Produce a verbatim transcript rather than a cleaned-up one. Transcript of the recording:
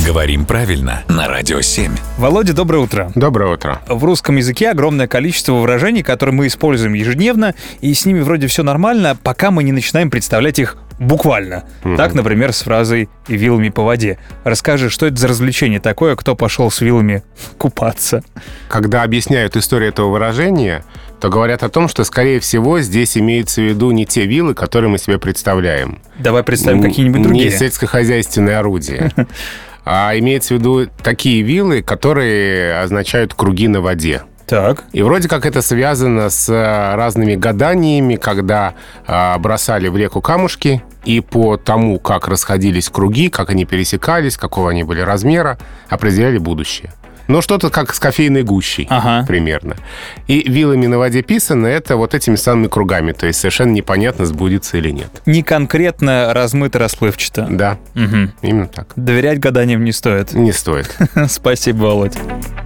Говорим правильно на Радио семь. Володя, доброе утро. Доброе утро. В русском языке огромное количество выражений, которые мы используем ежедневно, и с ними вроде все нормально, пока мы не начинаем представлять их буквально. Mm-hmm. Так, например, с фразой «вилами по воде». Расскажи, что это за развлечение такое, кто пошел с вилами купаться? Когда объясняют историю этого выражения, то говорят о том, что, скорее всего, здесь имеется в виду не те вилы, которые мы себе представляем. Давай представим какие-нибудь другие. Не сельскохозяйственные орудия. А имеется в виду такие вилы, которые означают «круги на воде». Так. И вроде как это связано с разными гаданиями, когда а, бросали в реку камушки, и по тому, как расходились круги, как они пересекались, какого они были размера, определяли будущее. Ну, что-то как с кофейной гущей, ага. примерно. И вилами на воде писано — это вот этими самыми кругами. То есть совершенно непонятно, сбудется или нет. Не конкретно размыто, расплывчато. Да, угу. именно так. Доверять гаданиям не стоит. Не стоит. Спасибо, Володь.